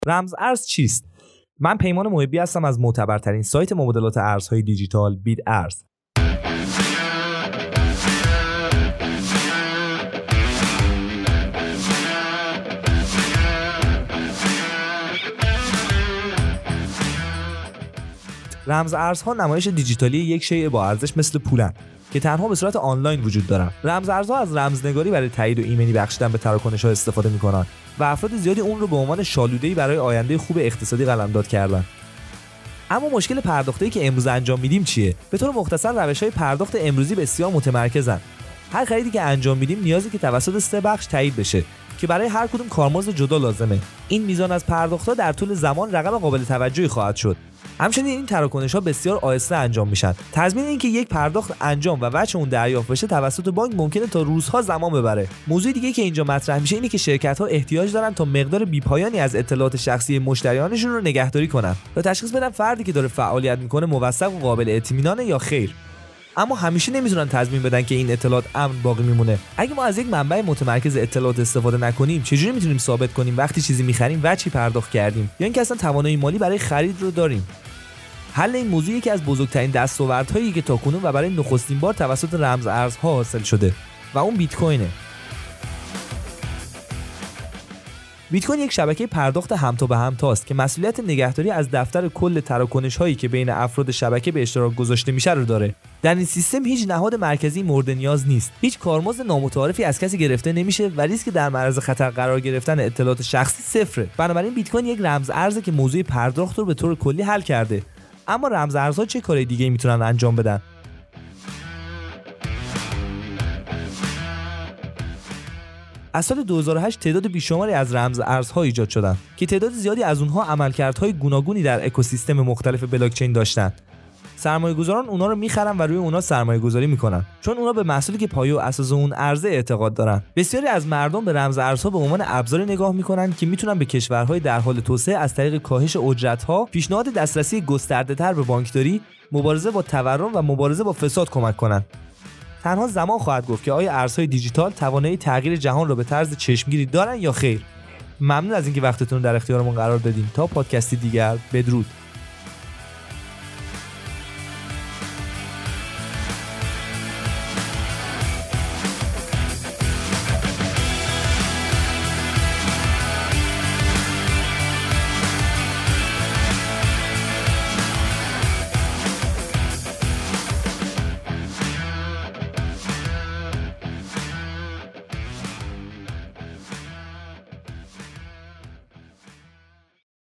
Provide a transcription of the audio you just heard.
رمز ارز چیست؟ من پیمان محبی هستم از معتبرترین سایت مبادلات ارزهای دیجیتال بیت ارز. رمز ارزها نمایش دیجیتالی یک شیء با ارزش مثل پولن که تنها به صورت آنلاین وجود دارن. رمز ارزها از رمزنگاری برای تایید و ایمنی بخشیدن به تراکنش‌ها استفاده می‌کنن و افراد زیادی اون رو به عنوان شالوده‌ای برای آینده خوب اقتصادی قلمداد کردن. اما مشکل پرداختایی که امروز انجام میدیم چیه؟ به طور مختصر روش‌های پرداخت امروزی بسیار متمرکزن. هر خریدی که انجام میدیم نیازی که توسط 3 بخش تایید بشه که برای هر کدوم کارمزد جدا لازمه. این میزان از پرداخت‌ها در طول زمان رقم قابل توجهی خواهد شد. همچنین این تراکنش‌ها بسیار آهسته انجام میشن. تضمین اینکه یک پرداخت انجام و وجه اون دریافت بشه توسط بانک ممکنه تا روزها زمان ببره. موضوع دیگه که اینجا مطرح میشه اینه که شرکت‌ها احتیاج دارن تا مقدار بی‌پایانی از اطلاعات شخصی مشتریانشون رو نگهداری کنن تا تشخیص بدن فردی که داره فعالیت میکنه موثق و قابل اطمینانه یا خیر. اما همیشه نمیتونن تضمین بدن که این اطلاعات امن باقی میمونه. اگه ما از یک منبع متمرکز اطلاعات استفاده نکنیم، چجوری میتونیم ثابت کنیم وقتی چیزی می‌خریم و چی پرداخت کردیم یا اینکه اصلا توانایی مالی برای خرید رو داریم؟ حل این موضوع یکی از بزرگترین دستاوردهایی که تاکنون و برای نخستین بار توسط رمز ارزها حاصل شده و اون بیت کوینه. بیت کوین یک شبکه پرداخت همتا به همتاست که مسئولیت نگهداری از دفتر کل تراکنش‌هایی که بین افراد شبکه به اشتراک گذاشته میشه رو داره. در این سیستم هیچ نهاد مرکزی مورد نیاز نیست. هیچ کارمزد نامتعارفی از کسی گرفته نمیشه و ریسک در معرض خطر قرار گرفتن اطلاعات شخصی صفره. بنابراین بیت کوین یک رمز ارزه که موضوع پرداخت رو به طور کلی حل کرده. اما رمز ارزها چه کارهای دیگه‌ای میتونن انجام بدن؟ از سال 2008 تعداد بیشماری از رمز ارزها ایجاد شدن که تعداد زیادی از اونها عملکردهای گوناگونی در اکوسیستم مختلف بلاکچین داشتن. سرمایه‌گذاران اونا رو میخرن و روی اونا سرمایه‌گذاری میکنن چون اونا به محصولی که پایه و اساس اون ارزه اعتقاد دارن. بسیاری از مردم به رمز ارزها به عنوان ابزاری نگاه میکنن که میتونن به کشورهای در حال توسعه از طریق کاهش اجرت‌ها، پیشنهاد دسترسی گسترده‌تر به بانکداری، مبارزه با تورم و مبارزه با فساد کمک کنن. تنها زمان خواهد گفت که آیا ارزهای دیجیتال توانایی تغییر جهان را به طرز چشمگیری دارن یا خیر. ممنون از اینکه وقتتون رو در اختیارمون قرار دادین. تا پادکستی دیگر، بدرود.